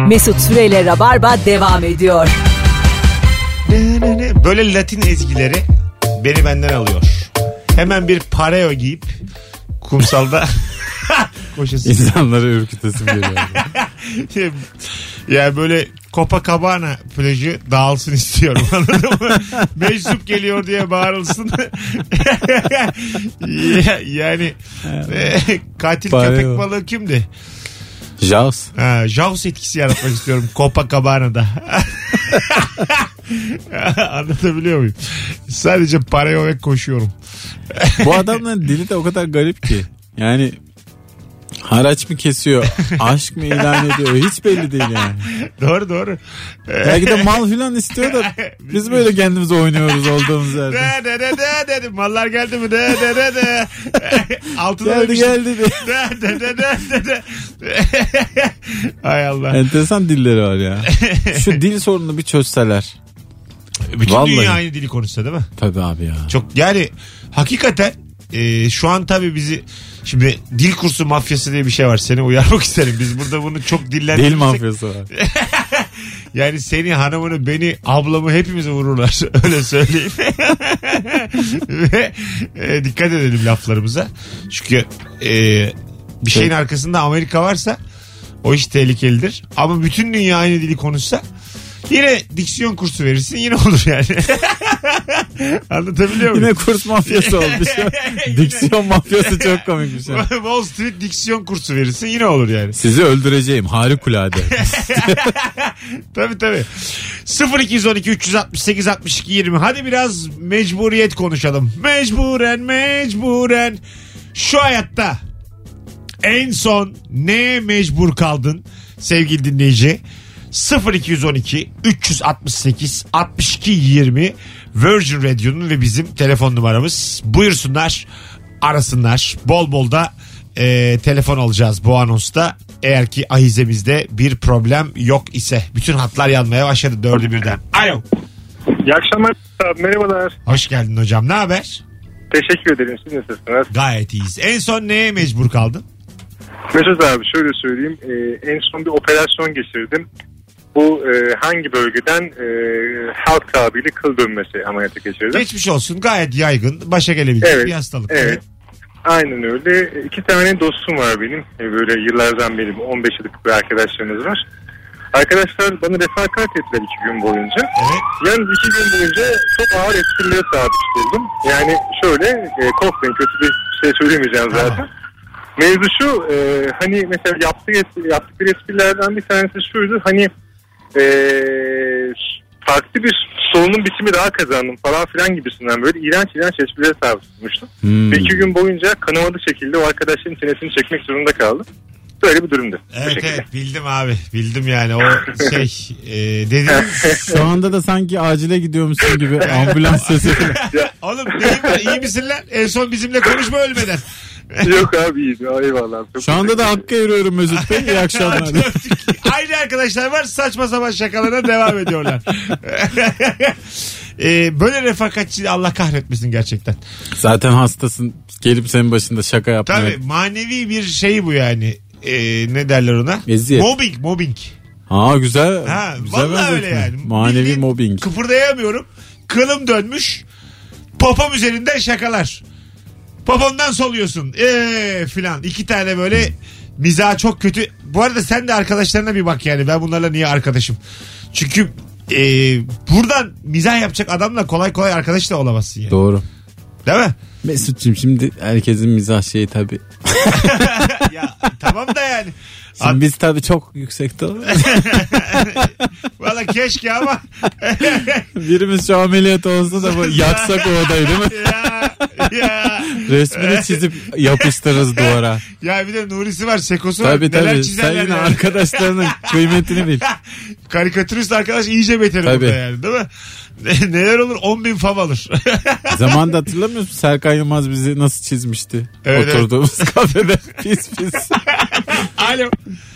Mesut Süreyle Rabarba devam ediyor. Böyle Latin ezgileri beni benden alıyor. Hemen bir pareo giyip kumsalda koşasın. İnsanları ürkütesim geliyor. Yani böyle Copacabana plajı dağılsın istiyorum, anladın mı? Meczup geliyor diye bağırılsın. Yani katil köpek balığı kimdi? Jaws. Jaws etkisi yaratmak istiyorum Copacabana'da. Anlatabiliyor muyum? Sadece paraya ve koşuyorum. Bu adamların dili de o kadar garip ki. Yani haraç mı kesiyor, aşk mı ilan ediyor, hiç belli değil yani. Doğru. Belki de mal filan istiyor da biz böyle kendimize oynuyoruz olduğumuz yerde. Mallar geldi mi? Altına geldi. Hay Allah. Enteresan dilleri var ya. Şu dil sorununu bir çözseler. Bütün vallahi. dünya aynı dili konuşsa değil mi? Tabii abi ya. Çok yani hakikaten şu an tabii bizi şimdi dil kursu mafyası diye bir şey var. Seni uyarmak isterim. Biz burada bunu çok dillendirirsek. Dil mafyası var. Yani seni, hanımını, beni, ablamı hepimizi vururlar. Öyle söyleyeyim. Ve dikkat edelim laflarımıza. Çünkü bir şeyin arkasında Amerika varsa o iş tehlikelidir. Ama bütün dünya aynı dili konuşsa yine diksiyon kursu verirsin, yine olur yani. Anlatabiliyor muyum? Yine kurs mafyası oldu şu. Diksiyon mafyası çok komikmiş. Wall Street diksiyon kursu verirsin, yine olur yani. Sizi öldüreceğim harikulade. Tabii. 0212 368 62 20. Hadi biraz mecburiyet konuşalım. Mecburen. Şu hayatta en son neye mecbur kaldın sevgili dinleyici? 0212 368 62 20 Virgin Radio'nun ve bizim telefon numaramız. Buyursunlar, arasınlar. Bol bol da telefon alacağız bu anonsta. Eğer ki ahizemizde bir problem yok ise. Bütün hatlar yanmaya başladı dördü birden. Alo. İyi akşamlar. Merhabalar. Hoş geldin hocam. Ne haber? Teşekkür ederim. Siz nasılsınız? Gayet iyiyiz. En son neye mecbur kaldın? Mesut abi şöyle söyleyeyim. En son bir operasyon geçirdim. Bu hangi bölgeden halk tabiriyle kıl dönmesi ameliyatı geçirdim. Geçmiş olsun. Gayet yaygın. Başa gelebilecek bir hastalık. Evet. Aynen öyle. 2 tane dostum var benim. Böyle yıllardan beri 15 yıllık bir arkadaşlarımız var. Arkadaşlar bana refakat ettiler 2 gün boyunca. Evet. Yalnız 2 gün boyunca çok ağır esprilere tabi tutuldum. Yani şöyle korkmayın, kötü bir şey söylemeyeceğim zaten. Tamam. Mevzu şu, hani mesela yaptıkları esprilerden bir tanesi şuydu. Hani farklı bir solunum biçimi daha kazandım falan filan gibisinden böyle iğrenç esprilere tabi tutmuştum. Ve 2 gün boyunca kanamalı şekilde o arkadaşların çenesini çekmek zorunda kaldım. Böyle bir durumdu. Evet bildim abi. Bildim yani o şey dedim. Şu anda da sanki acile gidiyormuşsun gibi ambulans sesi. Oğlum iyi misin lan? En son bizimle konuşma ölmeden. Yok abi iyiydi. Eyvallah. Şu anda da Hakk'a yürüyorum Mesut Bey. İyi akşamlar. Aynı arkadaşlar var, saçma sapan şakalarına devam ediyorlar. Böyle refakatçi Allah kahretmesin gerçekten. Zaten hastasın, gelip senin başında şaka yapmaya. Tabii manevi bir şey bu yani. Ne derler ona? Eziyet. Mobbing. Ha güzel. Güzel vallahi öyle yani. Manevi bildiğin mobbing. Kıpırdayamıyorum. Kılım dönmüş. Popom üzerinden şakalar. Popomdan soluyorsun. Filan. 2 tane böyle mizah çok kötü. Bu arada sen de arkadaşlarına bir bak yani. Ben bunlarla niye arkadaşım? Çünkü buradan mizah yapacak adamla kolay kolay arkadaş da olamazsın yani. Doğru. Değil mi? Mesut'cum şimdi herkesin mizah şeyi tabii. Ya tamam da yani. Şimdi biz tabii çok yüksekte olur. Valla keşke ama. Birimiz şu ameliyat olsa da yaksak o odayı değil mi? Ya. Resmini çizip yapıştırırız duvara. Ya bir de Nuri'si var, Seko'su var. Tabii. Sen yine yani. Arkadaşlarının kıymetini bil. Karikatürist arkadaş iyice beter oldu yani değil mi? Neler olur? 10.000 fav alır. Zamanında hatırlamıyor musun? Serkan Yılmaz bizi nasıl çizmişti? Evet, oturduğumuz kafede pis. Alo.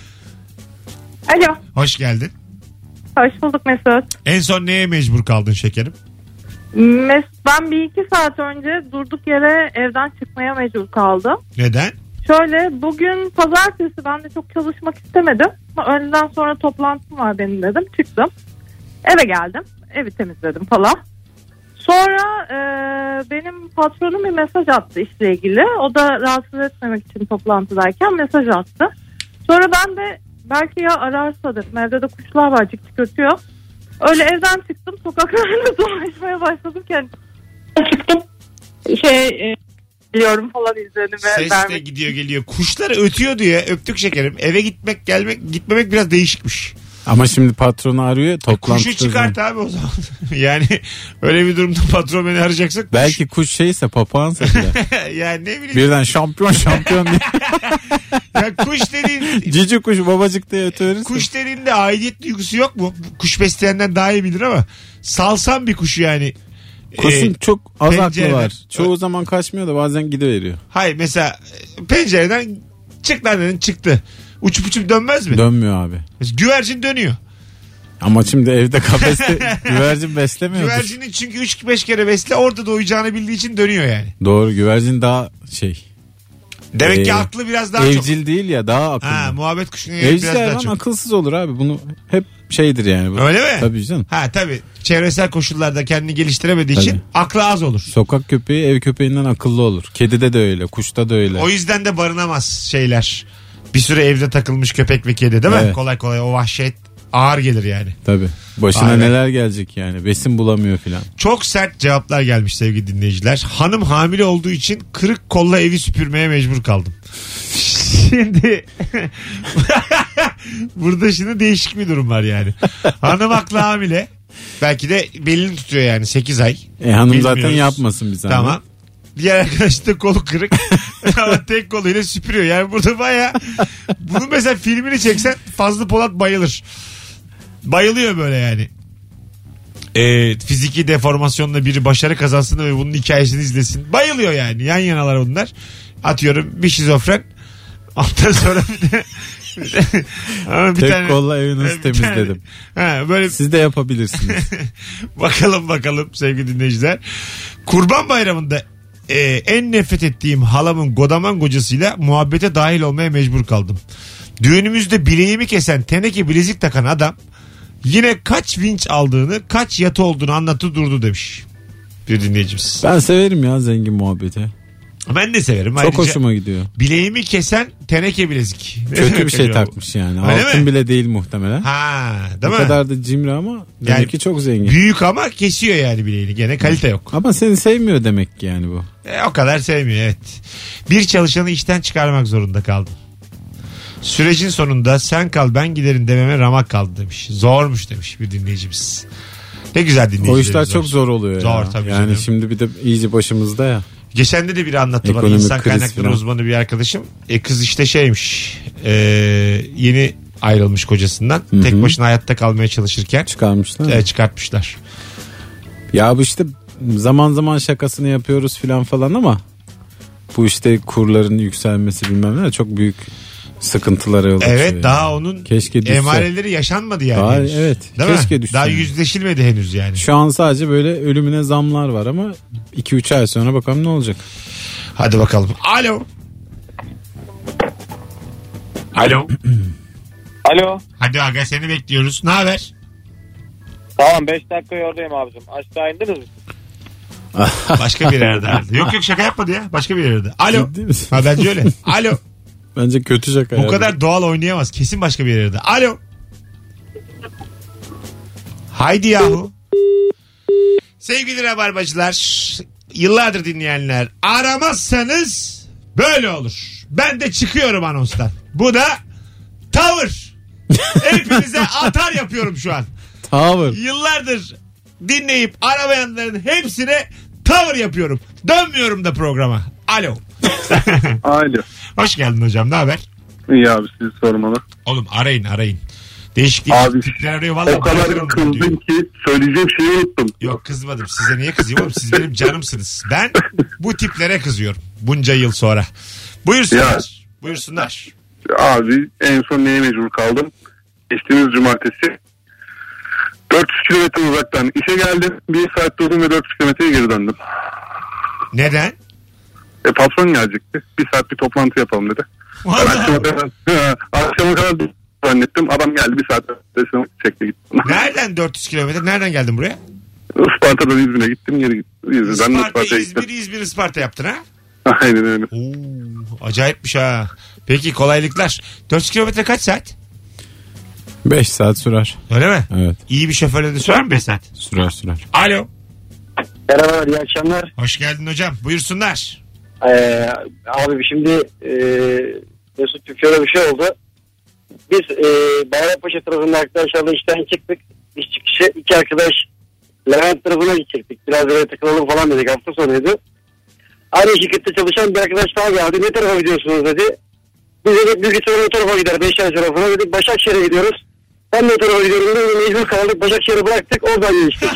Hoş geldin. Hoş bulduk Mesut. En son neye mecbur kaldın şekerim? Ben 1-2 saat önce durduk yere evden çıkmaya mecbur kaldım. Neden? Şöyle bugün pazartesi, ben de çok çalışmak istemedim. Ama öğleden sonra toplantım var benim dedim. Çıktım. Eve geldim. Evi temizledim falan. Sonra benim patronum bir mesaj attı işle ilgili. O da rahatsız etmemek için toplantıdayken mesaj attı. Sonra ben de belki ya ararsa dedim. Evde de kuşlar var, cik cik ötüyor. Öyle evden çıktım. Sokaklarda dolaşmaya başladım. Çıktım. Biliyorum falan izlenime. Ses de gidiyor geliyor. Kuşlar ötüyor diye öptük şekerim. Eve gitmemek biraz değişikmiş. Ama şimdi patronu arıyor, toplantıda. Kuşu çıkart abi o zaman. Yani öyle bir durumda patron beni arayacaksa. Belki kuş şeyse, papağansa bile. Yani ne bileyim. Birden şampiyon diye. Ya kuş dediğin. Cici kuş babacık diye ötüyoruz. Kuş dediğinde aidiyet duygusu yok mu? Kuş besleyenden daha iyi bilir ama. Salsam bir kuşu yani. Kuşun çok az pencereden. aklı var. Çoğu zaman kaçmıyor da bazen gidiveriyor. Hayır mesela pencereden çık lan dedin, çıktı. Uçup dönmez mi? Dönmüyor abi. Güvercin dönüyor. Ama şimdi evde kafeste güvercin beslemiyordur. Güvercinin çünkü 3-5 kere besle, orada doyacağını bildiği için dönüyor yani. Doğru, güvercin daha Demek ki aklı biraz daha evcil çok. Evcil değil ya, daha akıllı. Ha, muhabbet kuşuna Evcil biraz daha hayvan çok. akılsız olur abi. Bunu hep şeydir yani. Bu. Öyle mi? Tabii canım. Ha tabii. Çevresel koşullarda kendini geliştiremediği Tabii. için aklı az olur. Sokak köpeği ev köpeğinden akıllı olur. Kedide de öyle, kuşta da öyle. O yüzden de barınamaz şeyler. Bir süre evde takılmış köpek ve kedi değil mi? Evet. Kolay kolay o vahşet ağır gelir yani. Tabii. Başına Aynen. neler gelecek yani. Besin bulamıyor filan. Çok sert cevaplar gelmiş sevgili dinleyiciler. Hanım hamile olduğu için kırık kolla evi süpürmeye mecbur kaldım. Şimdi burada şimdi değişik bir durum var yani. Hanım aklı hamile. Belki de belini tutuyor yani 8 ay. Hanım Bilmiyoruz. zaten yapmasın bir zahmet. Tamam. Diğer arkadaş da kolu kırık. Ama tek koluyla süpürüyor. Yani burada baya bunu mesela filmini çeksen Fazlı Polat bayılır. Bayılıyor böyle yani. Fiziki deformasyonla biri başarı kazansın ve bunun hikayesini izlesin. Bayılıyor yani. Yan yanalar bunlar. Atıyorum bir şizofren. Ondan sonra bir tek kolla evi nasıl temizledim. Böyle siz de yapabilirsiniz. bakalım sevgili dinleyiciler. Kurban Bayramı'nda en nefret ettiğim halamın godaman kocasıyla muhabbete dahil olmaya mecbur kaldım. Düğünümüzde bileğimi kesen teneke bilezik takan adam yine kaç vinç aldığını, kaç yatı olduğunu anlattı durdu demiş bir dinleyicimiz. Ben severim ya zengin muhabbeti. Ben de severim. Çok ayrıca hoşuma gidiyor. Bileğimi kesen teneke bilezik. Kötü bir şey takmış yani. Öyle Altın mi? bile değil muhtemelen. Ha, değil o mi? kadar da cimri ama demek Yani ki çok zengin. Büyük ama kesiyor yani bileğini. Gene kalite yok. Ama seni sevmiyor demek ki yani bu. O kadar sevmiyor, evet. Bir çalışanı işten çıkarmak zorunda kaldım. Sürecin sonunda sen kal ben giderim dememe ramak kaldı demiş. Zormuş demiş bir dinleyicimiz. Ne güzel dinleyicilerimiz. O işler çok zor oluyor zor, ya. tabii yani canım. şimdi bir de iyice başımızda ya. Geçen de biri anlattı bana, Ekonomik insan kriz kaynakları falan. uzmanı bir arkadaşım. Kız işte şeymiş, yeni ayrılmış kocasından. Hı-hı. Tek başına hayatta kalmaya çalışırken çıkarmışlar. Çıkartmışlar. Ya bu işte zaman zaman şakasını yapıyoruz falan ama bu işte kurların yükselmesi bilmem ne çok büyük sıkıntılara yol açıyor. Evet, daha yani. onun keşke düşse. emareleri yaşanmadı yani. Daha, henüz. evet. Değil keşke mi? düşse. Daha yüzleşilmedi henüz yani. Şu an sadece böyle ölümüne zamlar var ama 2-3 ay sonra bakalım ne olacak. Hadi bakalım. Alo. Alo. Alo. Hadi aga seni bekliyoruz. Ne haber? Tamam 5 dakika yoldayım abicim. Aşağı indiniz mi? Başka bir yerde herhalde. Yok şaka yapmadı ya. Başka bir yerde. Alo. Ciddi misin? Ha, bence öyle. Alo. Bence kötü şaka. Bu kadar doğal oynayamaz. Kesin başka bir yerde. Alo. Haydi yahu. Sevgili rabarbacılar, yıllardır dinleyenler, aramazsanız böyle olur. Ben de çıkıyorum anonstan. Bu da tavır. Hepinize atar yapıyorum şu an. Tavır. Yıllardır dinleyip aramayanların hepsine tavır yapıyorum. Dönmüyorum da programa. Alo. Alo. Hoş geldin hocam, ne haber? İyi abi, sizi sormalı. Oğlum arayın. Değişik Abi, tipler arıyor vallahi. O kadar kızdım ki söyleyeceğim şeyi unuttum. Yok kızmadım, size niye kızayım oğlum, siz benim canımsınız. Ben bu tiplere kızıyorum bunca yıl sonra. Buyursunlar. Buyursunlar. Abi en son neye mecbur kaldım? Geçtiğimiz cumartesi 400 kilometre uzaktan işe geldim. 1 saat durdum ve 400 kilometreye geri döndüm. Neden? Patron gelecekti. Bir saat bir toplantı yapalım dedi. Akşama kadar zannettim. Adam geldi bir saat çekti gitti. Nereden 400 kilometre? Nereden geldin buraya? Isparta'dan İzmir'e gittim. Geri gittim. Isparta, İzmir, Isparta yaptın ha? Aynen öyle. Acayipmiş ha. Peki kolaylıklar. 400 kilometre kaç saat? 5 saat sürer. Öyle mi? Evet. İyi bir şoförle de sürer mi 5 saat? Sürer. Alo. Merhabalar, iyi akşamlar. Hoş geldin hocam. Buyursunlar. Abi şimdi Mesut şöyle bir şey oldu. Biz Bayrampaşa tarafında arkadaşlarla işten çıktık. İş çıkışı iki arkadaş Levent tarafına gidecektik. Biraz böyle takılalım falan dedik, hafta sonuydu. Aynı şirkette çalışan bir arkadaş daha geldi. Ne tarafa gidiyorsunuz dedi. Biz dedik bilgisayarın o tarafa gider, Beşiktaş tarafına dedik. Başakşehir'e gidiyoruz. Ben de o tarafa gidiyorum dedim. Mecbur kaldık. Başakşehir'i bıraktık, oradan geçtik.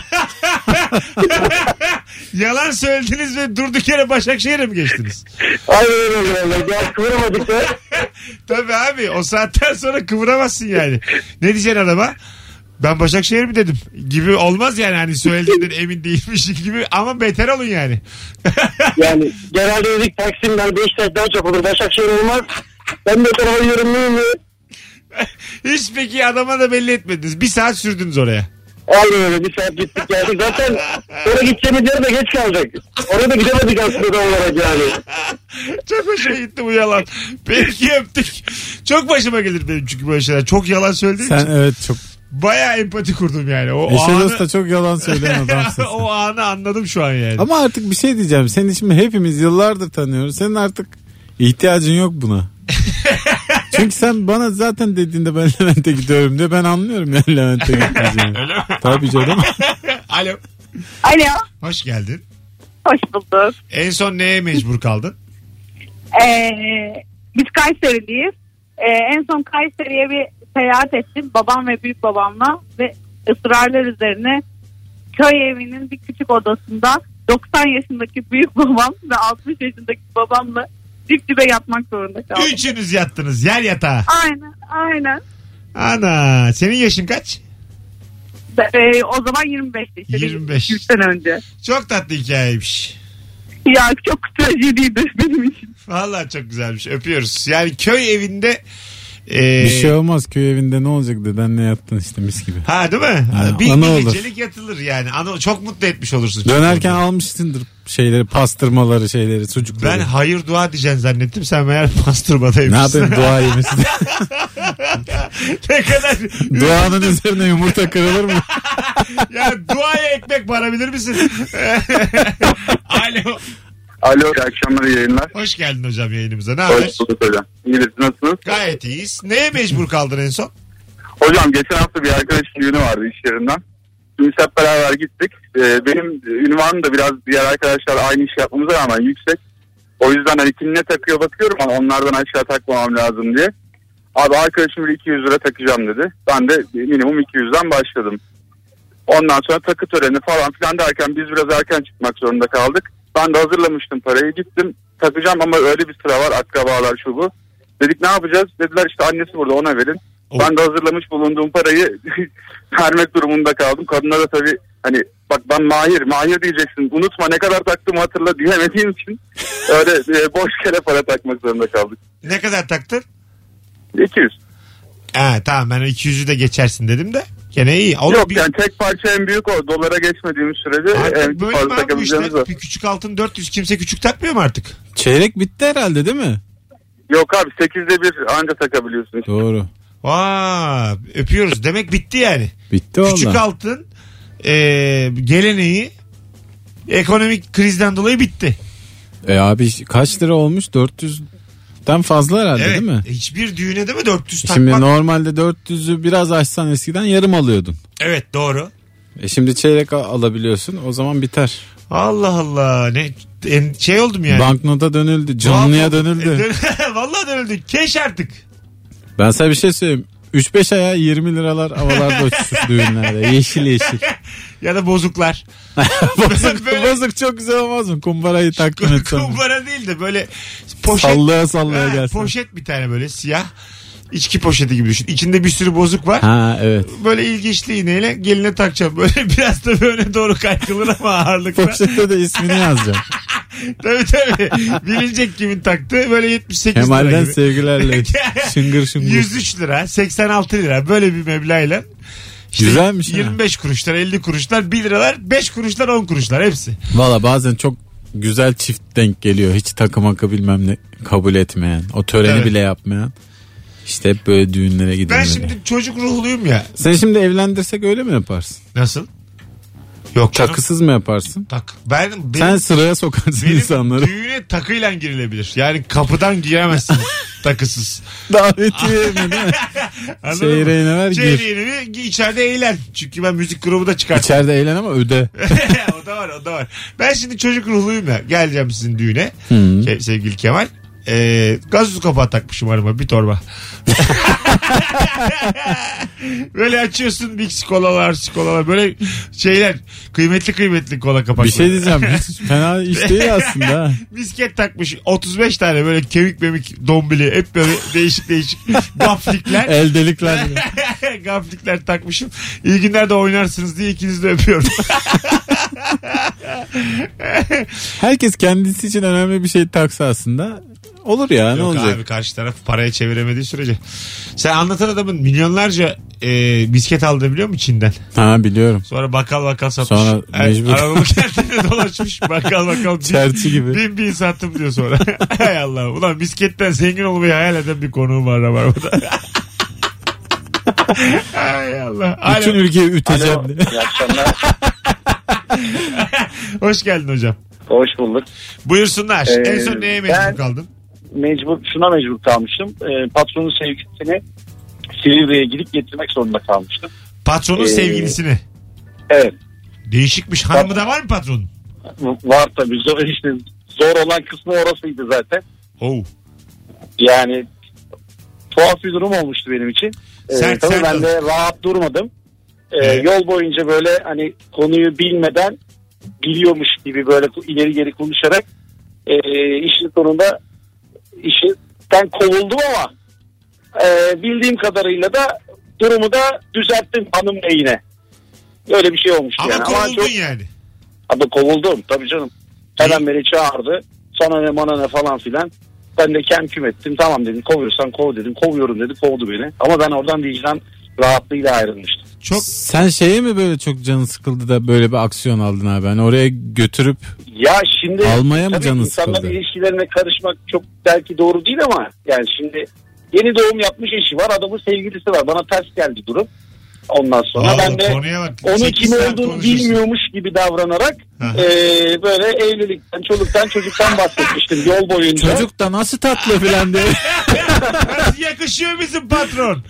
Yalan söylediniz ve durduk yere Başakşehir'e mi geçtiniz? Aynen öyle. Ya kıvıramadık da. Tabii abi, o saatten sonra kıvıramazsın yani. Ne diyeceksin adama? Ben Başakşehir mi dedim gibi olmaz yani, hani söylediğinden emin değilmiş gibi, ama beter olun yani. Yani genelde dedik Taksim'den Beşiktaş daha çok olur, Başakşehir olmaz. Ben de o tarafa gidiyorum. Hiç peki adama da belli etmediniz. Bir saat sürdünüz oraya. Aynen öyle, bir saat gittik geldik. Zaten oraya gideceğimiz yere de geç kaldık. Oraya da gidemedik aslında olarak yani. Çok hoşuma gitti bu yalan. Peki, öptük. Çok başıma gelir benim çünkü böyle şeyler. Çok yalan söylediğim Sen için. evet çok. Bayağı empati kurdum yani. O Eşe anı... dosta çok yalan söyleyen adamsın. O anı anladım şu an yani. Ama artık bir şey diyeceğim. Senin şimdi hepimiz yıllardır tanıyoruz. Senin artık ihtiyacın yok buna. Çünkü sen bana zaten dediğinde ben Levent'e gidiyorum diye, ben anlıyorum yani Levent'e gitmeyeceğini. Öyle mi? Tabii canım. Alo. Alo. Hoş geldin. Hoş bulduk. En son neye mecbur kaldın? Biz Kayseri'liyiz. En son Kayseri'ye bir seyahat ettim. Babam ve büyük babamla ve ısrarlar üzerine köy evinin bir küçük odasında 90 yaşındaki büyük babam ve 60 yaşındaki babamla dip dibe yatmak zorunda kaldım. Üçünüz yattınız yer yatağa. Aynen. Ana, senin yaşın kaç? O zaman 25'ti. İşte 25. 3 sene önce. Çok tatlı hikayeymiş. Ya çok trajediydi benim için. Vallahi çok güzelmiş. Öpüyoruz. Yani köy evinde bir şey olmaz, köy evinde ne olacak, dedenle yattın işte mis gibi. Ha, değil mi? Yani bir gecelik yatılır yani. Ana, çok mutlu etmiş olursun. Dönerken almışsındır şeyleri, pastırmaları, şeyleri, sucukları. Ben hayır dua diyeceksin zannettim. Sen meğer pastırmadaymışsın. Ne yapayım, dua yemesi. Ne kadar... Duanın üzerine yumurta kırılır mı? Yani duaya ekmek varabilir misin? Alo. Alo, iyi akşamlar, iyi yayınlar. Hoş geldin hocam yayınımıza. Ne haber? Hoş bulduk hocam. İyiyiz, nasılsınız? Gayet iyiyiz. Neye mecbur kaldın en son? Hocam geçen hafta bir arkadaşın düğünü vardı iş yerinden. Şimdi hep beraber gittik. Benim ünvanım da biraz diğer arkadaşlar aynı iş yapmamıza rağmen yüksek. O yüzden hani kim ne takıyor bakıyorum ama onlardan aşağı takmamam lazım diye. Abi arkadaşım bir 200 lira takacağım dedi. Ben de minimum 200'den başladım. Ondan sonra takı töreni falan filan derken biz biraz erken çıkmak zorunda kaldık. Ben de hazırlamıştım parayı, gittim takacağım ama öyle bir sıra var, akrabalar şu bu. Dedik ne yapacağız? Dediler işte annesi burada, ona verin. Ben de hazırlamış bulunduğum parayı vermek durumunda kaldım. Kadına da tabii hani bak ben Mahir diyeceksin, unutma ne kadar taktığımı hatırla diyemediğim için öyle boş kere para takmak zorunda kaldık. Ne kadar taktın? 200. Tamam, ben 200'ü de geçersin dedim de. Gene iyi. Olur, yok yani tek parça en büyük o. Dolara geçmediğimiz sürece en fazla takabileceğimiz o. Bir küçük altın 400, kimse küçük takmıyor mu artık? Çeyrek bitti herhalde değil mi? Yok abi, 8'de 1 anca takabiliyorsun işte. Doğru. Öpüyoruz. Demek bitti yani. Bitti valla. Küçük altın geleneği ekonomik krizden dolayı bitti. Abi kaç lira olmuş? 400'den fazla herhalde, evet, değil mi? Hiçbir düğüne de mi 400 takmak? Şimdi normalde 400'ü biraz aşsan eskiden yarım alıyordun. Evet, doğru. Şimdi çeyrek alabiliyorsun, o zaman biter. Allah Allah, ne şey oldum yani. Banknota dönüldü, canlıya dönüldü. Vallahi dönüldü. Keş artık. Ben sana bir şey söyleyeyim. 3-5 aya 20 liralar havalarda uçuşur düğünlerde. Yeşil. Ya da bozuklar. Bozuk çok güzel olmaz mı? Kumbarayı takdim et sonra. Kumbara değil de böyle poşet. Sallaya gelsin. Poşet bir tane böyle siyah. İçki poşeti gibi düşün. İçinde bir sürü bozuk var. Ha, evet. Böyle ilginçli iğneyle geline takacağım. Böyle biraz da böyle doğru kaykılır ama ağırlıkla. Poşette de ismini yazacağım. Tabii. Bilinecek kimin taktığı. Böyle 78 Kemal'den lira gibi. sevgilerle. Şıngır şıngır. 103 lira, 86 lira böyle bir meblağıyla. İşte Güzelmiş 25 kuruşlar, 50 kuruşlar, 1 liralar, 5 kuruşlar, 10 kuruşlar hepsi. Valla bazen çok güzel çift denk geliyor. Hiç takım hakkı bilmem ne kabul etmeyen. O töreni Evet. bile yapmayan. İşte hep böyle düğünlere giden. Ben şimdi çocuk ruhluyum ya. Sen şimdi evlendirsek öyle mi yaparsın? Nasıl? Yok canım. Takısız mı yaparsın? Benim, Sen sıraya sokarsın insanları. düğüne takıyla girilebilir. Yani kapıdan giremezsin takısız. Davetiye mi değil mi? Anladın mı? Çeyreğine ver gir. Çeyreğini içeride eğlen. Çünkü ben müzik grubu da çıkarttım. İçeride eğlen ama öde. o da var. Ben şimdi çocuk ruhluyum ya. Geleceğim sizin düğüne. Sevgili Kemal. Gazoz kapağı takmışım arama bir torba. Böyle açıyorsun Bix kolalar böyle şeyler kıymetli kola kapakları. Bir şey diyeceğim, hiç fena iş değil aslında. Misket takmış 35 tane böyle kemik memik dombili hep böyle değişik gaflikler. El delikler. Gaflikler takmışım. İyi günlerde oynarsınız diye ikinizi de öpüyorum. Herkes kendisi için önemli bir şey taksa aslında olur ya. Ne Yok olacak? abi, karşı taraf paraya çeviremediği sürece. Sen anlatan adamın milyonlarca misket aldı biliyor musun Çin'den? Ha, biliyorum. Sonra bakkal satmış. Sonra mecbur. Arabamı kendine dolaşmış. Bakkal Çerçi gibi. bin sattım diyor sonra. Hay Allah. Ulan misketten zengin olmayı hayal eden bir konuğum var arabada. Hay Allah. Bütün ülkeyi üteceğim diye. İyi akşamlar. Hoş geldin hocam. Hoş bulduk. Buyursunlar. En son neye mecbur kaldın? Şuna mecbur kalmıştım. Patronun sevgilisini Silivri'ye gidip getirmek zorunda kalmıştım. Patronun sevgilisini. Evet. Değişikmiş. Hanımı da var mı patronun? Var tabii. Zor olan kısmı orasıydı zaten. Oh. Yani tuhaf bir durum olmuştu benim için. Tabii ben de rahat durmadım. Yol boyunca böyle hani konuyu bilmeden biliyormuş gibi böyle ileri geri konuşarak işin sonunda işten kovuldum ama bildiğim kadarıyla da durumu da düzelttim hanım lehine. Öyle bir şey olmuştu. Ama yani. kovuldun yani. Ama kovuldum tabii canım. Hemen beni çağırdı. Sana ne bana ne falan filan. Ben de kemküm ettim. Tamam dedim, kovuyorsan kov dedim. Kovuyorum dedi, kovdu beni. Ama ben oradan vicdan rahatlığıyla ayrılmıştım. Sen şeye mi böyle çok canın sıkıldı da böyle bir aksiyon aldın abi? Hani oraya götürüp ya şimdi almaya mı canın insanların sıkıldı? ilişkilerine karışmak çok belki doğru değil ama yani şimdi yeni doğum yapmış eşi var, adamın sevgilisi var. Bana ters geldi durum. Ondan sonra ben de onun kim olduğunu bilmiyormuş gibi davranarak böyle evlilikten, çoluktan, çocuktan bahsetmiştim yol boyunca. Çocuk da nasıl tatlı filan diye. Yakışıyor bizim patron.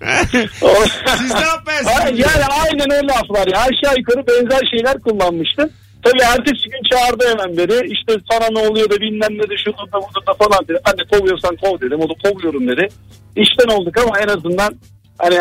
Siz ne yapmayasınız? Yani aynen o laf var ya. Aşağı yukarı benzer şeyler kullanmıştım. Tabii ertesi gün çağırdı hemen beni. İşte sana ne oluyor da bilmem ne de şurada da burada da falan dedi. Ben de kovuyorsan kov dedim. O da kovuyorum dedi. İşten olduk ama en azından hani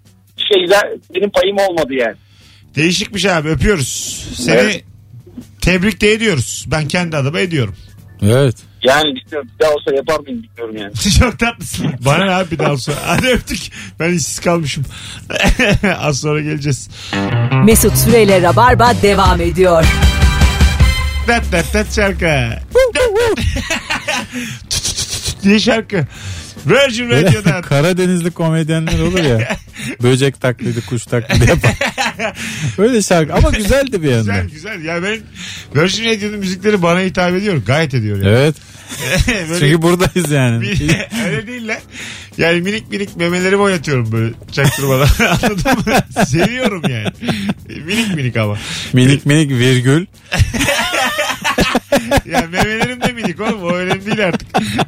benim payım olmadı yani. Değişikmiş abi, öpüyoruz. Seni tebrik de ediyoruz. Ben kendi adıma ediyorum. Evet. Yani bilmiyorum, bir daha olsa yapar mıyım bilmiyorum yani. Çok tatlısın. Bana ne abi bir daha olsa. Hadi öptük. Ben işsiz kalmışım. Az sonra geleceğiz. Mesut Süreyle Rabarba devam ediyor. Dat şarkı. diye şarkı. Virgin Radio'da. Karadenizli komedyenler olur ya. Böcek taklidi, kuş taklidi yapar. Öyle şarkı ama güzeldi bir yandan. Güzel. Ya ben Virgin Radio'nun müzikleri bana hitap ediyor. Gayet ediyor yani. Evet. Çünkü buradayız yani. Öyle değil lan. Yani minik memelerimi oynatıyorum böyle çaktırmadan. Anladın mı? Seviyorum yani. Minik ama. Minik virgül. Ya memelerim de minik oğlum. O önemli değil artık.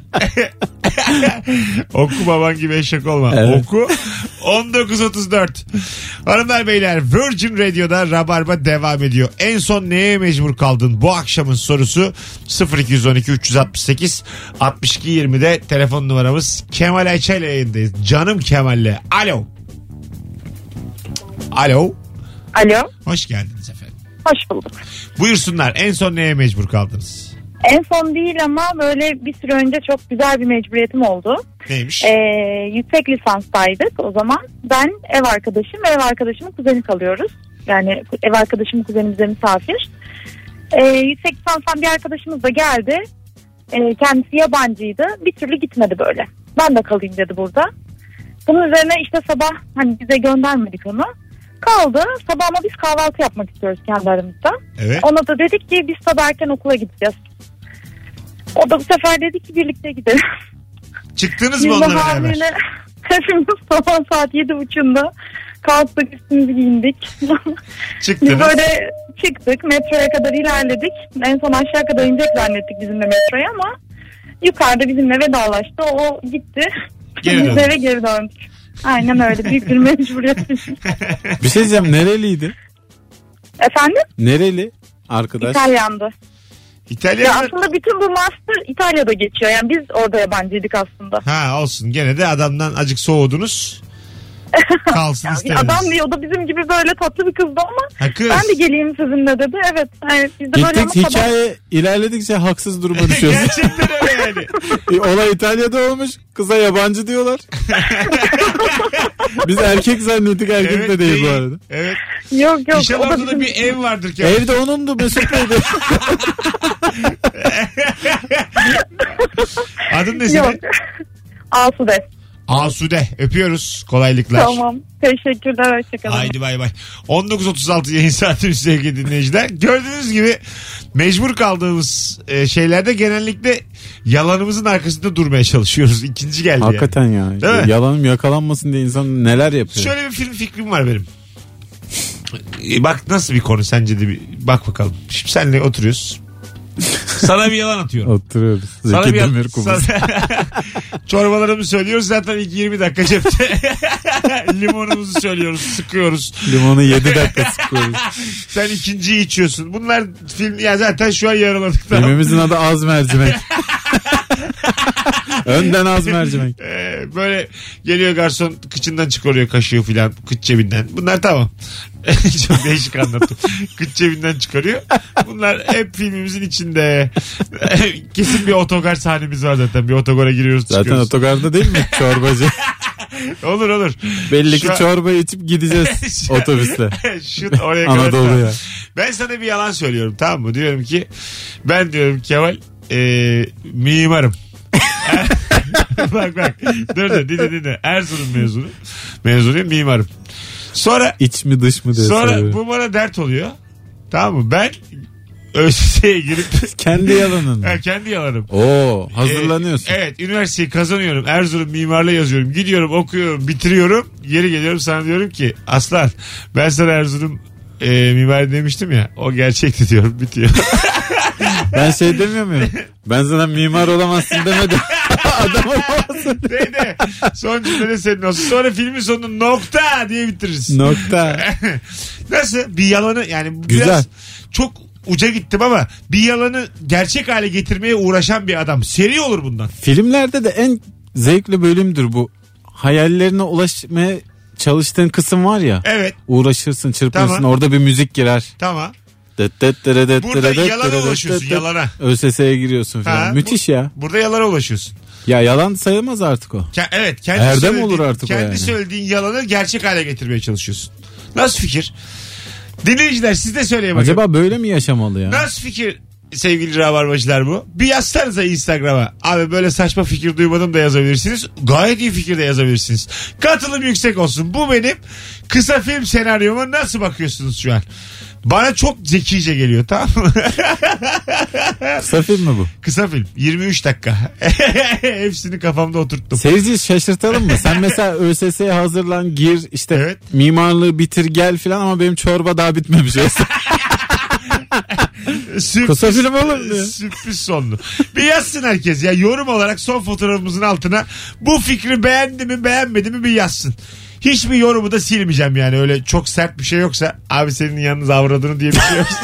Oku baban gibi eşek olma. Evet. Oku. 19.34. Hanımlar beyler, Virgin Radio'da Rabarba devam ediyor. En son neye mecbur kaldın? Bu akşamın sorusu 0212 368 62 20'de telefon numaramız. Kemal Ayça ile yayındayız. Canım Kemal'le. Alo. Alo. Hoş geldiniz efendim. Hoş bulduk. Buyursunlar. En son neye mecbur kaldınız? En son değil ama böyle bir süre önce çok güzel bir mecburiyetim oldu. Neymiş? Yüksek lisanstaydık o zaman. Ben ev arkadaşımın kuzeni kalıyoruz. Yani ev arkadaşımın kuzeni bize misafir. Yüksek lisanstan bir arkadaşımız da geldi. Kendisi yabancıydı. Bir türlü gitmedi böyle. Ben de kalayım dedi burada. Bunun üzerine işte sabah hani bize göndermedik onu. Kaldı. Sabah ama biz kahvaltı yapmak istiyoruz kendi aramızda. Evet. Ona da dedik ki biz sabah erken okula gideceğiz. O da bu sefer dedi ki birlikte gidelim. Çıktınız mı onunla beraber? Hepimiz sabah saat 7.30'da kalktık, üstümüzü giyindik. Çıktınız. Biz böyle çıktık, metroya kadar ilerledik. En son aşağı kadar inecek zannettik bizimle metroya ama yukarıda bizimle vedalaştı. O gitti. Biz eve geri döndük. Aynen öyle, büyük bir mecburiyet. Bir şey diyeceğim, nereliydi? Efendim? Nereli arkadaş? İtalyandı. İtalyanlar... Ya aslında bütün bu master İtalya'da geçiyor. Yani biz orada yabancıydık aslında. Ha olsun, gene de adamdan acık soğudunuz. Kalsın yani istemediniz. adam diyor, o da bizim gibi böyle tatlı bir kızdı ama kız. ben de geleyim sizinle dedi. Evet. Yani biz de böyle Gittik, hikaye ilerledikçe haksız duruma düşüyoruz. Gerçekten öyle yani. Olay İtalya'da olmuş, kıza yabancı diyorlar. Biz erkek zannettik, erkek Evet, de değil bu arada. Evet. Yok. İnşallah orada da bir ev vardır ki. Evde onundu, Mesut Bey'di. Adın ne senin? Yok. Asude. Asude. Öpüyoruz. Kolaylıklar. Tamam. Teşekkürler. Hoşçakalın. Haydi bay bay. 19.36 yayın saatimiz sevgili dinleyiciler. Gördüğünüz gibi mecbur kaldığımız şeylerde genellikle yalanımızın arkasında durmaya çalışıyoruz. İkinci geldi Hakikaten yani. ya. Yalanım yakalanmasın diye insan neler yapıyor. Şöyle bir film fikrim var benim. Bak nasıl bir konu sence de bir bak bakalım. Şimdi seninle oturuyoruz. Sana bir yalan atıyorum. Oturuyoruz. Sana Zeki bir Demir Kubus. Çorbalarımı söylüyoruz, zaten ilk 20 dakika cepte. Limonumuzu söylüyoruz, sıkıyoruz. Limonu 7 dakika sıkıyoruz. Sen ikinciyi içiyorsun. Bunlar film ya, zaten şu an yaraladık. Tamam. Filmimizin adı Az Mercimek. Önden az mercimek. Böyle geliyor garson, kıçından çıkarıyor kaşığı filan, kıç cebinden. Bunlar tamam. Çok değişik anlattım. Kıç cebinden çıkarıyor. Bunlar hep filmimizin içinde. Kesin bir otogar sahnemiz var zaten. Bir otogara giriyoruz, çıkıyoruz. Zaten otogarda değil mi? Çorbacı. Olur. Belli ki çorba içip gideceğiz otobüsle. Oraya Anadolu'ya. Ben sana bir yalan söylüyorum, tamam mı? Diyorum ki ben diyorum Kemal mimarım. bak dur dinle. Erzurum mezunuyum, mimarım. Sonra İç mi dış mı diye sonra soruyorum. bu bana dert oluyor, tamam mı? Ben ÖSS'ye girip kendi yalanın. Kendi yalanım. Oo, hazırlanıyorsun. Evet, üniversiteyi kazanıyorum, Erzurum mimarlığı yazıyorum, gidiyorum, okuyorum, bitiriyorum, geri geliyorum, sana diyorum ki aslan, ben sana Erzurum mimari demiştim ya, o gerçekti diyorum, bitiyor. Ben şey demiyor muyum? Ben sana mimar olamazsın demedim. Adam olamazsın. Neydi? Son cümle senin olsun. Sonra filmin sonunu nokta diye bitiririz. Nokta. Nasıl? Bir yalanı yani güzel. Biraz çok uca gittim ama bir yalanı gerçek hale getirmeye uğraşan bir adam. Seri olur bundan. Filmlerde de en zevkli bölümdür bu. Hayallerine ulaşmaya çalıştığın kısım var ya. Evet. Uğraşırsın, çırpırsın. Tamam. Orada bir müzik girer. Tamam. Burada yalana ulaşıyorsun, yalana. ÖSS'ye giriyorsun falan. Müthiş ya. Burada yalana ulaşıyorsun. Ya yalan sayılmaz artık o. Evet. Erdem olur artık o yani. Kendi söylediğin yalanı gerçek hale getirmeye çalışıyorsun. Nasıl fikir? Dinleyiciler siz de söyleyin bakalım. Acaba böyle mi yaşamalı ya? Nasıl fikir sevgili rabarbacılar bu? Bir yazsanıza Instagram'a. Abi böyle saçma fikir duymadım da yazabilirsiniz. Gayet iyi fikir de yazabilirsiniz. Katılım yüksek olsun. Bu benim kısa film senaryoma nasıl bakıyorsunuz şu an? Bana çok zekice geliyor, tamam mı? Kısa film mi bu? Kısa film. 23 dakika. Hepsini kafamda oturttum. Seyirciyi şaşırtalım mı? Sen mesela ÖSS'ye hazırlan, gir işte Evet. mimarlığı bitir gel filan ama benim çorba daha bitmemiş olsa. Kısa film olur mu ya? Sürpriz sonlu. Bir yazsın herkes ya, yorum olarak son fotoğrafımızın altına bu fikri beğendi mi beğenmedi mi bir yazsın. Hiçbir yorumu da silmeyeceğim yani, öyle çok sert bir şey yoksa, abi senin yalnız avradını diye bir şey yoksa.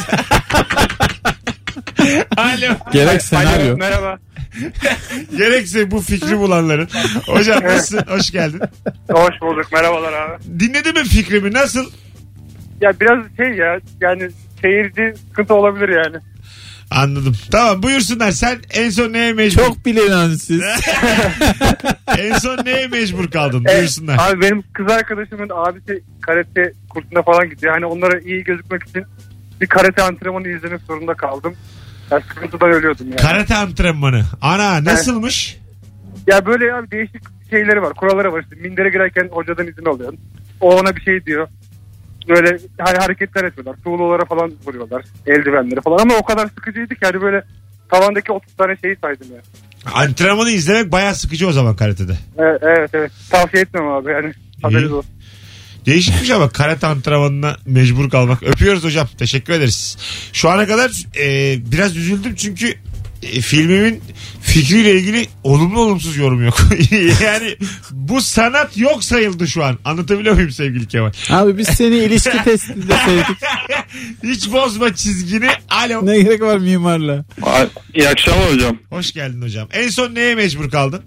Alo. Gerek senaryo. Alo, merhaba. Gerekse bu fikri bulanların. Hocam nasılsın? Hoş geldin. Hoş bulduk. Merhabalar abi. Dinledin mi fikrimi? Nasıl? Ya biraz yani seyirci sıkıntı olabilir yani. Anladım. Tamam, buyursunlar. Sen en son neye mecbur? Çok bilen siz. En son neye mecbur kaldın? Buyursunlar. Abi benim kız arkadaşımın abisi karate kursuna falan gidiyor. Hani onlara iyi gözükmek için bir karate antrenmanı izlemek zorunda kaldım. Yani sıkıntıdan ölüyordum yani. Karate antrenmanı. Ana nasılmış? Ya böyle abi değişik şeyleri var. Kuralları var. İşte mindere girerken hocadan izin alıyorsun. O ona bir şey diyor. Böyle hani hareketler yapıyorlar. Tuğlalara falan vuruyorlar. Eldivenleri falan. Ama o kadar sıkıcıydı ki hani böyle tavandaki 30 tane şeyi saydım ya. Antrenmanı izlemek bayağı sıkıcı o zaman karatede. Evet. Tavsiye etmem abi yani. Haberiniz olsun. Değişikmiş ama karate antrenmanına mecbur kalmak. Öpüyoruz hocam. Teşekkür ederiz. Şu ana kadar biraz üzüldüm çünkü filmimin fikriyle ilgili olumlu olumsuz yorum yok. Yani bu sanat yok sayıldı şu an. Anlatabiliyor muyum sevgili Kemal? Abi biz seni ilişki testinde sevdik. Hiç bozma çizgini. Alo. Ne gerek var mimarla? İyi akşamlar hocam. Hoş geldin hocam. En son neye mecbur kaldın?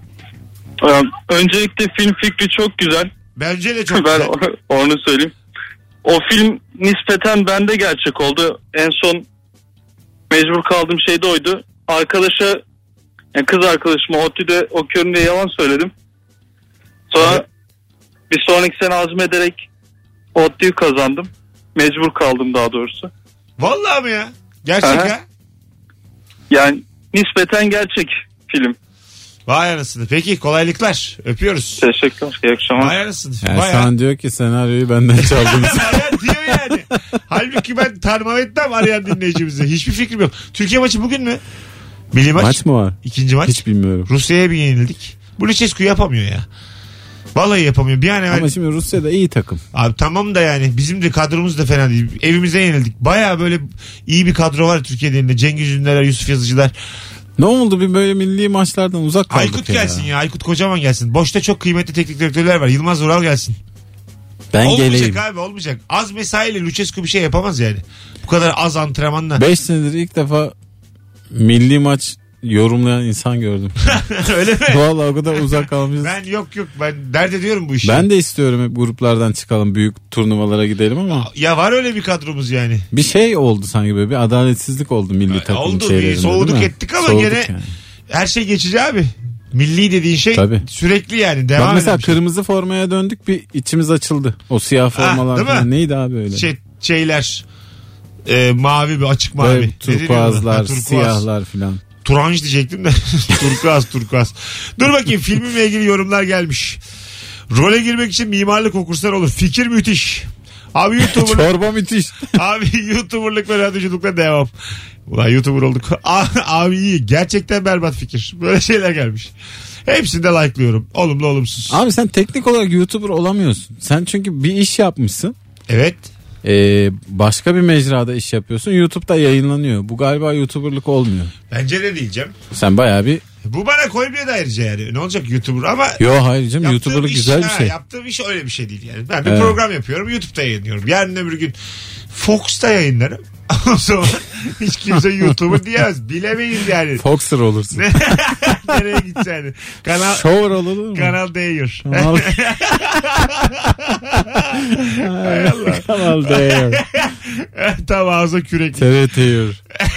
Öncelikle film fikri çok güzel. Bence de çok Ben güzel. onu söyleyeyim. O film nispeten bende gerçek oldu. En son mecbur kaldığım şey de oydu. Arkadaşa, yani kız arkadaşıma ODTÜ'de okuyorum diye yalan söyledim. Sonra Evet. bir sonraki sene azmederek ODTÜ'yü kazandım. Mecbur kaldım daha doğrusu. Vallahi mi ya? Gerçek Aha. ha? Yani nispeten gerçek film. Vay anasını. Peki kolaylıklar. Öpüyoruz. Teşekkürler. İyi akşamlar. Vay anasını. Yani Vay şu an diyor ki senaryoyu benden çaldınız. Arayan diyor yani. Halbuki ben tanımam etmem arayan dinleyicimizi. Hiçbir fikrim yok. Türkiye maçı bugün mü? Milli maç. Maç mı var? İkinci maç. Hiç bilmiyorum. Rusya'ya bir yenildik. Bu Lucescu yapamıyor ya. Vallahi yapamıyor. Bir an evvel... Ama şimdi Rusya da iyi takım. Abi tamam da yani bizim de kadromuz da fena değil. Evimize yenildik. Baya böyle iyi bir kadro var Türkiye'de elinde. Cengiz Ünderler, Yusuf Yazıcılar. Ne oldu bir böyle milli maçlardan uzak kaldık Aykut gelsin ya. Aykut Kocaman gelsin. Boşta çok kıymetli teknik direktörler var. Yılmaz Vural gelsin. Ben olmayacak geleyim. abi olmayacak. Az mesaiyle Lucescu bir şey yapamaz yani. Bu kadar az antrenmanla. 5 senedir ilk defa milli maç yorumlayan insan gördüm. Öyle mi? Vallahi o kadar uzak kalmışız. Ben dert ediyorum bu işi. Ben de istiyorum hep gruplardan çıkalım, büyük turnuvalara gidelim ama Ya var öyle bir kadromuz yani. bir şey oldu sanki, böyle bir adaletsizlik oldu milli takım Oldu, şeylerinde. bir soğuduk değil mi? ettik ama Soğuduk gene yani. her şey geçici abi. Milli dediğin şey Tabii. sürekli yani devam Bak mesela eden bir şey. kırmızı formaya döndük, bir içimiz açıldı. O siyah formalar değil mi? falan neydi abi öyle? Şeyler mavi bir açık mavi. Böyle Ne deniyor ona? turkuazlar, Turkuaz. siyahlar filan. Turanj diyecektim de turkuaz. Dur bakayım filmimle ilgili yorumlar gelmiş. Role girmek için mimarlık okursan olur. Fikir müthiş. Abi Çorba müthiş. Abi YouTuber'lık ve radyoculukla devam. Ulan YouTuber olduk. Abi iyi. Gerçekten berbat fikir. Böyle şeyler gelmiş. Hepsini de like'lıyorum. Olumlu olumsuz. Abi sen teknik olarak YouTuber olamıyorsun. Sen çünkü bir iş yapmışsın. Evet. Başka bir mecrada iş yapıyorsun. YouTube'da yayınlanıyor. Bu galiba YouTuber'lık olmuyor. Bence de diyeceğim. Sen bayağı bir... Bu bana koymuyor da ayrıca yani. Ne olacak YouTuber ama... Yo hayır canım, yaptığım YouTuber'lık iş- güzel bir şey. Yaptığım iş öyle bir şey değil yani. Ben bir Evet. program yapıyorum. YouTube'da yayınlıyorum. Yarın öbür gün Fox'ta yayınlarım. O zaman hiç kimse YouTuber diyemez. Bilemeyiz yani. Foxer olursun. Nereye gitsen yani. Shower olur mu? Kanal değiyor. Kanal, Hay Allah. Kanal değil. Tam ağza kürek. TRT yiyor.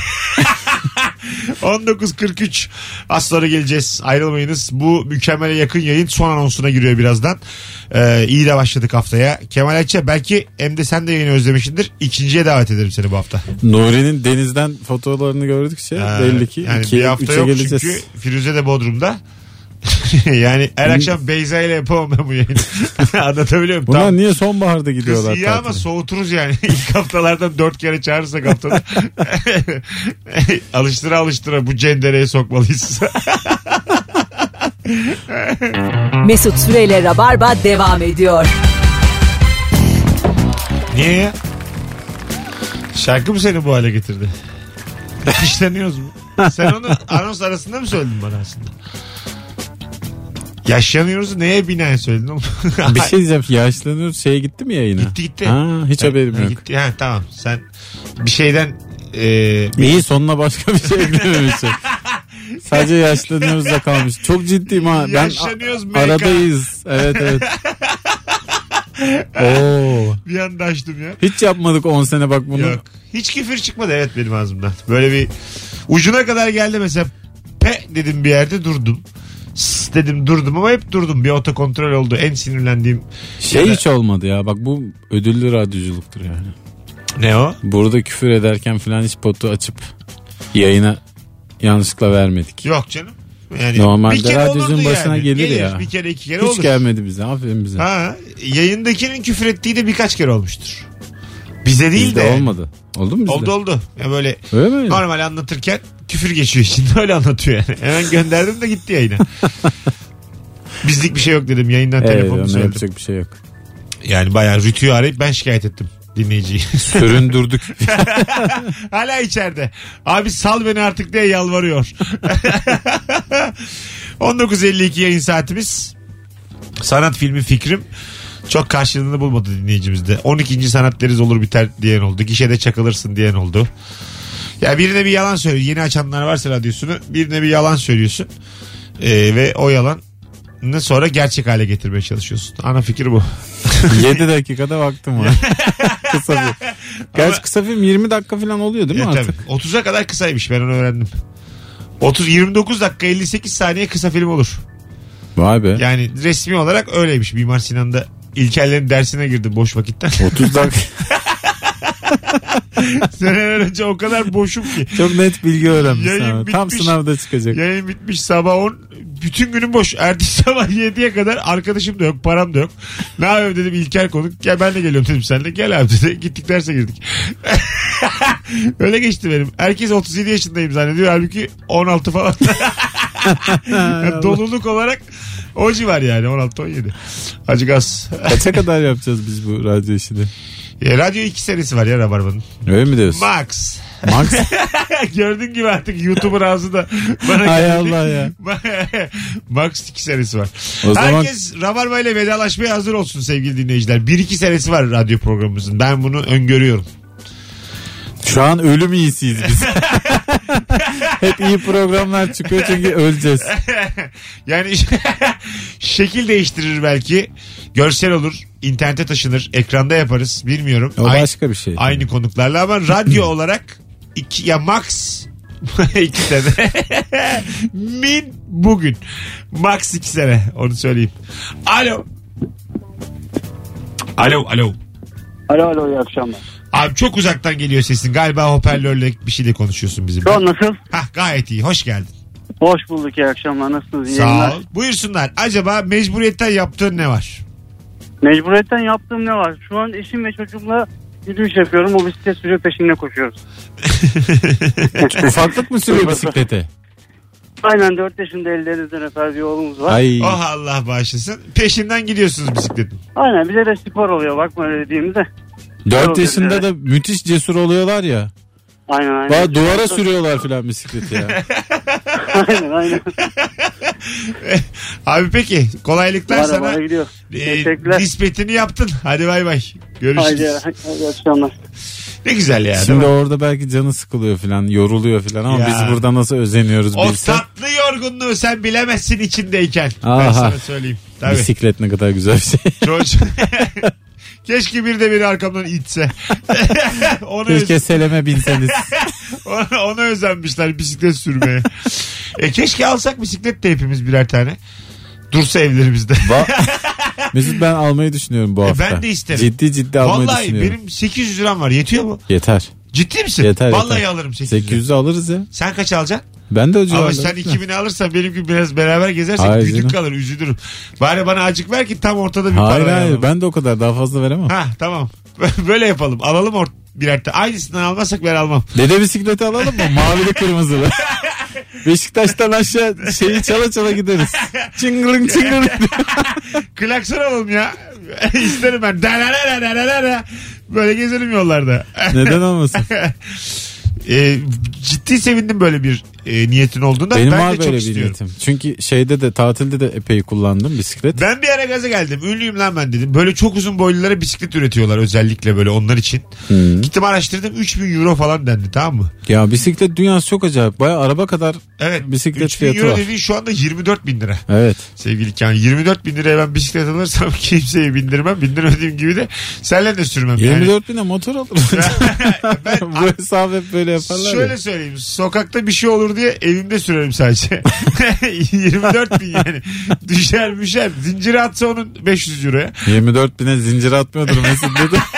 19.43 az sonra geleceğiz. Ayrılmayınız. Bu mükemmele yakın yayın son anonsuna giriyor birazdan. İyi de başladık haftaya. Kemal Ayça belki hem de sen de yayını özlemişsindir. İkinciye davet ederim seni bu hafta. Nuri'nin denizden fotoğraflarını gördükçe belli ki yani 2'ye bir hafta 3'e yok geleceğiz. çünkü Firuze de Bodrum'da. Yani her akşam Beyza ile yapamam ben bu yayını. Anlatabiliyor muyum? Bunlar niye sonbaharda gidiyorlar? Kız iyi ama tatile? soğuturuz yani. İlk haftalardan 4 kere çağırırsak haftada. Alıştıra bu cendereye sokmalıyız. Mesut Süreyle Rabarba devam ediyor. Niye ya? Şarkı mı seni bu hale getirdi? İşleniyoruz mu? Sen onu anons arasında mı söyledin bana aslında? Yaşlanıyoruz neye binaen söyledin oğlum? Bir şey diyeceğim, yaşlanıyoruz, şeye gitti mi yayına? Gitti. Ha, hiç haberim yok. Gitti. Ha, tamam sen bir şeyden İyi, sonuna başka bir şey eklememişsin. Sadece yaşlanıyoruz da kalmış. Çok ciddiyim ha. Ben Yaşlanıyoruz MK. aradayız. Evet evet. Oo. bir anda açtım ya. Hiç yapmadık 10 sene bak bunu. Yok. Hiç küfür çıkmadı evet benim ağzımdan. Böyle bir ucuna kadar geldi mesela. Pe dedim bir yerde durdum. S dedim durdum ama hep durdum. Bir otokontrol oldu. En sinirlendiğim Şey hiç olmadı ya. Bak bu ödüllü radyoculuktur yani. Ne o? Burada küfür ederken falan hiç potu açıp yayına yanlışlıkla vermedik. Yok canım. Yani normalde radyocunun başına gelir ya. Bir kere 2 kere hiç olur. gelmedi bize. Aferin bize. Ha, yayındakinin küfür ettiği de birkaç kere olmuştur. Bize değil bizde de. Olmadı. Oldu mu bizde? Oldu. Ya böyle öyle mi? Normal anlatırken küfür geçiyor içinde, öyle anlatıyor yani. Hemen gönderdim de gitti yayına. Bizlik bir şey yok dedim, yayından telefonunu söyledim. Yapacak bir şey yok. Yani bayağı Rütü'yü arayıp ben şikayet ettim dinleyiciyi. Süründürdük. Hala içeride. Abi sal beni artık diye yalvarıyor. 19.52 yayın saatimiz. Sanat filmi fikrim çok karşılığını bulmadı dinleyicimizde. 12. sanat deriz olur biter diyen oldu. Gişede çakılırsın diyen oldu. Ya birine bir yalan söylüyor. Yeni açanlar varsa radyosunu, birine bir yalan söylüyorsun. Ve o yalanı sonra gerçek hale getirmeye çalışıyorsun. Ana fikir bu. 7 dakikada vaktim var. Kısa bir. Gerçi kısa film 20 dakika falan oluyor değil mi artık? Tabii. 30'a kadar kısaymış, ben onu öğrendim. 29 dakika 58 saniye kısa film olur. Vay be. Yani resmi olarak öyleymiş. Mimar Sinan'da İlkerlerin dersine girdim boş vakitten. 30 dakika. Seneler önce o kadar boşum ki. Çok net bilgi öğrenmiş. Tam bitmiş, sınavda çıkacak. Yayın bitmiş sabah 10. Bütün günüm boş. Ertesi sabah 7'ye kadar arkadaşım da yok, param da yok. Ne yapayım dedim, İlker konuk. Gel ben de geliyorum dedim seninle. Gel abi dedi. Gittik derse girdik. Öyle geçti benim. Herkes 37 yaşındayım zannediyor. Halbuki 16 falan. Yani doluluk olarak o civar yani, 16-17. Acı gaz. Kaça kadar yapacağız biz bu radyo işini? Radyo 2 serisi var ya Rabarba'nın. Öyle mi diyorsun? Max. Max? Gördüğün gibi artık YouTuber ağzı da bana hay geldi. Allah ya. Max 2 serisi var. O Herkes zaman... Rabarba ile vedalaşmaya hazır olsun sevgili dinleyiciler. 1-2 serisi var radyo programımızın. Ben bunu öngörüyorum. Şu an ölüm iyisiyiz biz. Hep iyi programlar çıkıyor çünkü öleceğiz. Yani şekil değiştirir belki. Görsel olur. İnternete taşınır. Ekranda yaparız. Bilmiyorum. O başka bir şey. Aynı konuklarla ama radyo olarak max 2 sene. Min bugün. Max 2 sene. Onu söyleyeyim. Alo. Alo iyi akşamlar. Abi çok uzaktan geliyor sesin. Galiba hoparlörle bir şeyle konuşuyorsun bizim. Şu an nasıl? Gayet iyi. Hoş geldin. Hoş bulduk, iyi akşamlar. Nasılsınız? İyi Sağ yayınlar. ol. Buyursunlar. Acaba mecburiyetten yaptığın ne var? Mecburiyetten yaptığım ne var? Şu an eşim ve çocuğumla yürüyüş yapıyorum. O bisiklet sürüyor, peşinde koşuyoruz. Ufaklık mı sürüyor bisiklete? Aynen, 4 yaşında ellerinizden öper bir oğlumuz var. Ay. Oh Allah bağışlasın. Peşinden gidiyorsunuz bisikletin. Aynen, bize de spor oluyor. Bakma öyle dediğimizde. 4 yaşında da müthiş cesur oluyorlar ya. Aynen. Daha duvara sürüyorlar filan bisikleti ya. aynen. Abi peki kolaylıklar Bana sana. Teşekkürler. Nispetini yaptın. Hadi bay bay. Görüşürüz. Hadi akşamlar. Ne güzel ya. Şimdi orada belki canı sıkılıyor filan, yoruluyor filan ama Ya. biz burada nasıl özeniyoruz O bilsen. tatlı yorgunluğu sen bilemezsin içindeyken. Ben Aha. sana söyleyeyim. Tabii. Bisiklet ne kadar güzel bir şey. Keşke bir de beni arkamdan itse. Keşke Selem'e binseniz. ona özenmişler bisiklet sürmeye. Keşke alsak bisiklet de hepimiz birer tane. Dursa evlerimizde. Mesut, ben almayı düşünüyorum bu hafta. Ben de isterim. Ciddi almayı Vallahi düşünüyorum. benim 800 liram var. Yetiyor mu? Yeter. Ciddi misin? Yeter. Vallahi alırım 800'ü. 800'ü alırız ya. Sen kaç alacaksın? Ben de o civarda. Ama sen 2000'i alırsan benimki biraz beraber gezersek Hayır güdük canım. kalır, üzülürüm. Bari bana acık ver ki tam ortada bir para Hayır ayarlayalım. ben de o kadar daha fazla veremem. Tamam. Böyle yapalım. Alalım birer tane. Aynısından almazsak ben almam. Dede bisikleti alalım mı? Mavili kırmızılı. Beşiktaş'tan aşağı şeyi çala gideriz. Çıngırın. Klakson alalım ya. İsterim ben. Böyle gezelim yollarda. Neden olmasın? Ciddi sevindim böyle bir niyetin olduğunda. Benim ben var de çok böyle bir istiyorum. niyetim. Çünkü tatilde de epey kullandım bisiklet. Ben bir ara gaza geldim. Ünlüyüm lan ben dedim. Böyle çok uzun boylulara bisiklet üretiyorlar özellikle böyle onlar için. Gittim araştırdım, 3000 euro falan dendi, tamam mı? Ya bisiklet dünyası çok acayip. Baya araba kadar bisiklet 3000 fiyatı euro var. dediğin şu anda 24 bin lira. Evet. Sevgili Kan, 24 bin liraya ben bisiklet alırsam kimseye bindirmem. Bindirmediğim gibi de senle de sürmem. 24 bine motor alırım. Ben bu hesabı hep böyle yaparlar şöyle ya. söyleyeyim. Sokakta bir şey olur diye evimde sürerim sadece. 24 bin yani. Düşer. Zinciri atsa onun 500 euroya. 24 bine zincir atmıyordur Mesut dedi.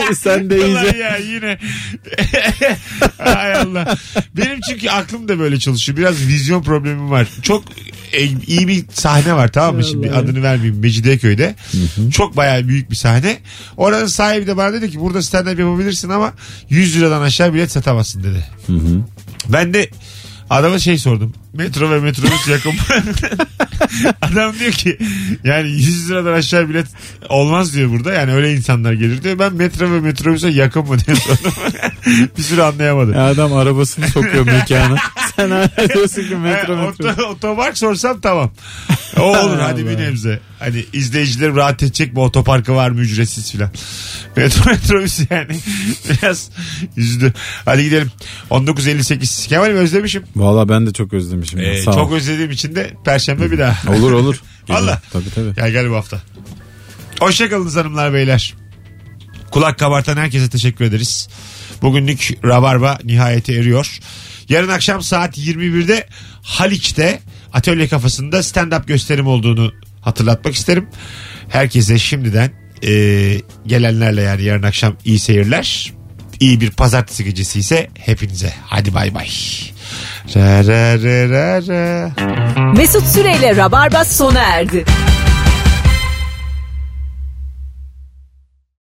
Sen de Ulan iyice. ya yine. Hay Allah. Benim çünkü aklım da böyle çalışıyor. Biraz vizyon problemim var. Çok iyi bir sahne var, tamam mı? Şimdi adını vermeyeyim. Mecidiyeköy'de. Çok bayağı büyük bir sahne. Oranın sahibi de bana dedi ki burada stand-up yapabilirsin ama 100 liradan aşağı bilet satamazsın dedi. Ben de adama sordum. Metro ve metrobüs yakın. Adam diyor ki yani 100 liradan aşağı bilet olmaz diyor burada. Yani öyle insanlar gelir diyor. Ben metro ve metrobüse yakın mı diye sordum. Bir süre anlayamadım. Ya adam arabasını sokuyor mekana. Sen hala diyorsun ki metro. Otopark sorsam tamam. O olur hadi bir nebze. Hani izleyicilerim rahat edecek mi, otoparkı var mı ücretsiz filan. Metrobüs yani biraz üzdü. Hadi gidelim. 19.58. Kemal'im özlemişim. Valla ben de çok özlemişim. Çok özlediğim için de Perşembe bir daha. Olur. Valla. Tabii. Gel bu hafta. Hoşçakalınız hanımlar beyler. Kulak kabartan herkese teşekkür ederiz. Bugünlük Rabarba nihayete eriyor. Yarın akşam saat 21'de Haliç'te Atölye Kafası'nda stand-up gösterim olduğunu hatırlatmak isterim. Herkese şimdiden gelenlerle yani yarın akşam iyi seyirler. İyi bir pazartesi gecesi ise hepinize. Hadi bay bay. Mesut Süreyle Rabarba sona erdi.